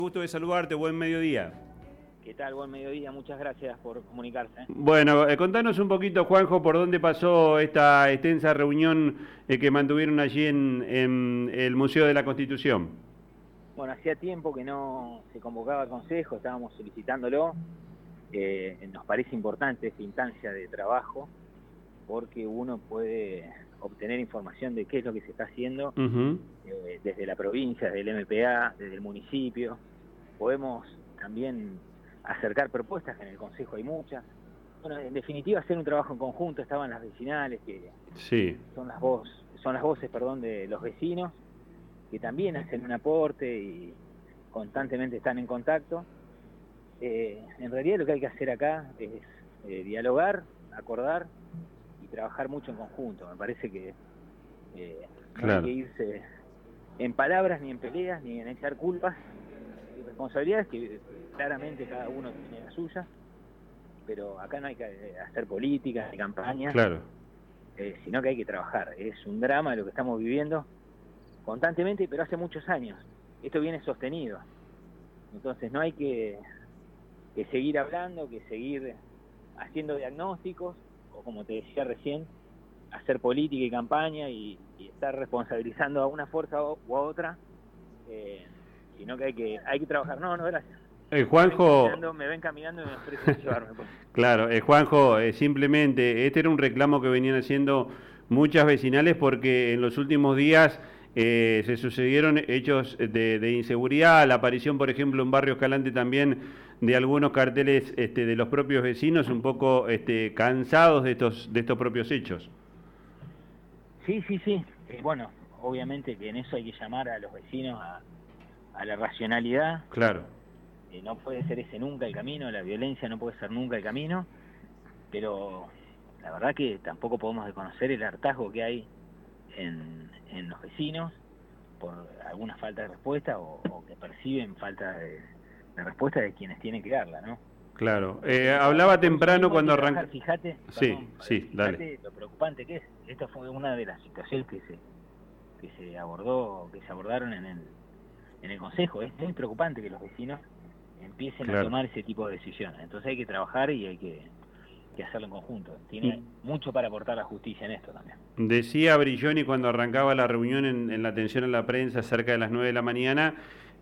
Gusto de saludarte, buen mediodía. ¿Qué tal? Buen mediodía, muchas gracias por comunicarse. Bueno, contanos un poquito, Juanjo, por dónde pasó esta extensa reunión que mantuvieron allí en el Museo de la Constitución. Bueno, hacía tiempo que no se convocaba al Consejo, estábamos solicitándolo. Nos parece importante esta instancia de trabajo porque uno puede obtener información de qué es lo que se está haciendo desde la provincia, desde el MPA, desde el municipio. Podemos también acercar propuestas, que en el Consejo hay muchas. Bueno, en definitiva, hacer un trabajo en conjunto. Estaban las vecinales, que Sí. son las voces de los vecinos, que también hacen un aporte y constantemente están en contacto. En realidad lo que hay que hacer acá es dialogar, acordar y trabajar mucho en conjunto. Me parece que no hay que irse en palabras, ni en peleas, ni en echar culpas y responsabilidades, que claramente cada uno tiene la suya, pero acá no hay que hacer política ni campaña, sino que hay que trabajar. Es un drama lo que estamos viviendo constantemente, pero hace muchos años. Esto viene sostenido. Entonces no hay que seguir hablando, que seguir haciendo diagnósticos, o como te decía recién, hacer política y campaña y estar responsabilizando a una fuerza o a otra, sino que hay que trabajar. No, gracias. Juanjo, me ven caminando y me ofrecen llevarme. Claro, Juanjo, simplemente, este era un reclamo que venían haciendo muchas vecinales porque en los últimos días se sucedieron hechos de inseguridad, la aparición, por ejemplo, en Barrio Escalante también de algunos carteles de los propios vecinos, un poco cansados de estos propios hechos. Sí. Bueno, obviamente que en eso hay que llamar a los vecinos a la racionalidad. Claro. No puede ser ese nunca el camino, la violencia no puede ser nunca el camino, pero la verdad que tampoco podemos desconocer el hartazgo que hay en los vecinos por alguna falta de respuesta o que perciben falta de respuesta de quienes tienen que darla, ¿no? Claro, hablaba temprano cuando arrancó. Fíjate dale. Lo preocupante que es. Esta fue una de las situaciones que se abordaron en el Consejo. Es muy preocupante que los vecinos empiecen a tomar ese tipo de decisiones. Entonces hay que trabajar y hay que hacerlo en conjunto. Tiene mucho para aportar la justicia en esto también. Decía Brilloni cuando arrancaba la reunión en la atención a la prensa cerca de las 9 de la mañana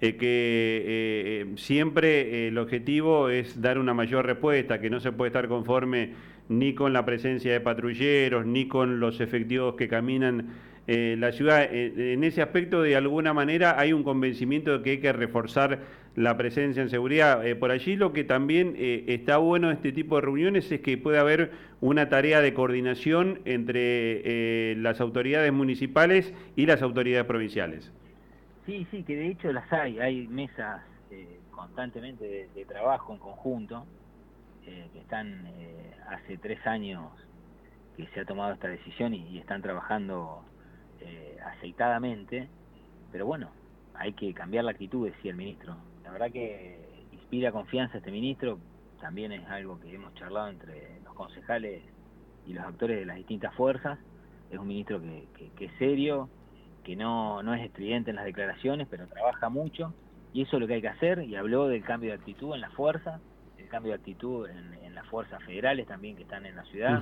que siempre el objetivo es dar una mayor respuesta, que no se puede estar conforme ni con la presencia de patrulleros, ni con los efectivos que caminan la ciudad. En ese aspecto, de alguna manera, hay un convencimiento de que hay que reforzar la presencia en seguridad. Por allí lo que también está bueno de este tipo de reuniones es que puede haber una tarea de coordinación entre las autoridades municipales y las autoridades provinciales. Sí, que de hecho las hay mesas constantemente de trabajo en conjunto, que están hace 3 años que se ha tomado esta decisión y están trabajando aceitadamente, pero bueno, hay que cambiar la actitud, decía el ministro. La verdad que inspira confianza este ministro, también es algo que hemos charlado entre los concejales y los actores de las distintas fuerzas. Es un ministro que es serio, que no es estridente en las declaraciones, pero trabaja mucho, y eso es lo que hay que hacer, y habló del cambio de actitud en la fuerza, el cambio de actitud en las fuerzas federales también que están en la ciudad.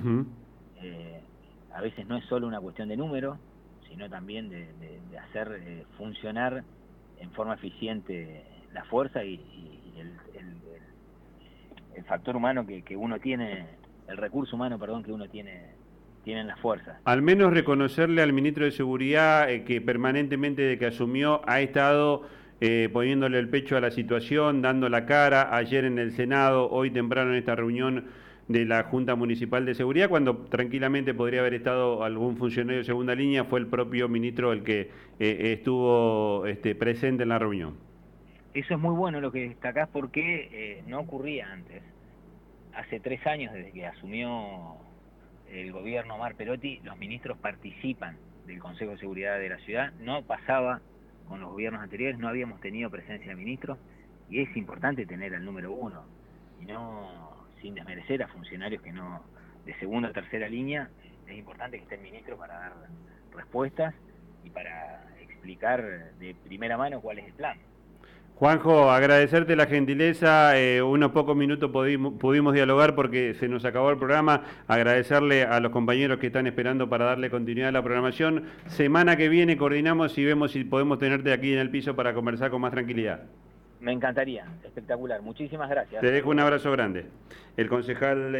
A veces no es solo una cuestión de número, sino también de hacer funcionar en forma eficiente la fuerza y el factor humano que uno tiene, el recurso humano, que uno tiene en las fuerzas. Al menos reconocerle al ministro de Seguridad que permanentemente desde que asumió ha estado poniéndole el pecho a la situación, dando la cara, ayer en el Senado, hoy temprano en esta reunión de la Junta Municipal de Seguridad, cuando tranquilamente podría haber estado algún funcionario de segunda línea, fue el propio ministro el que estuvo presente en la reunión. Eso es muy bueno lo que destacás, porque no ocurría antes. Hace 3 años, desde que asumió el gobierno Omar Perotti, los ministros participan del Consejo de Seguridad de la ciudad. No pasaba con los gobiernos anteriores, no habíamos tenido presencia de ministros, y es importante tener al número 1, y no sin desmerecer a funcionarios que no de segunda o tercera línea. Es importante que esté el ministro para dar respuestas y para explicar de primera mano cuál es el plan. Juanjo, agradecerte la gentileza, unos pocos minutos pudimos dialogar porque se nos acabó el programa, agradecerle a los compañeros que están esperando para darle continuidad a la programación. Semana que viene coordinamos y vemos si podemos tenerte aquí en el piso para conversar con más tranquilidad. Me encantaría, espectacular. Muchísimas gracias. Te dejo un abrazo grande. El concejal...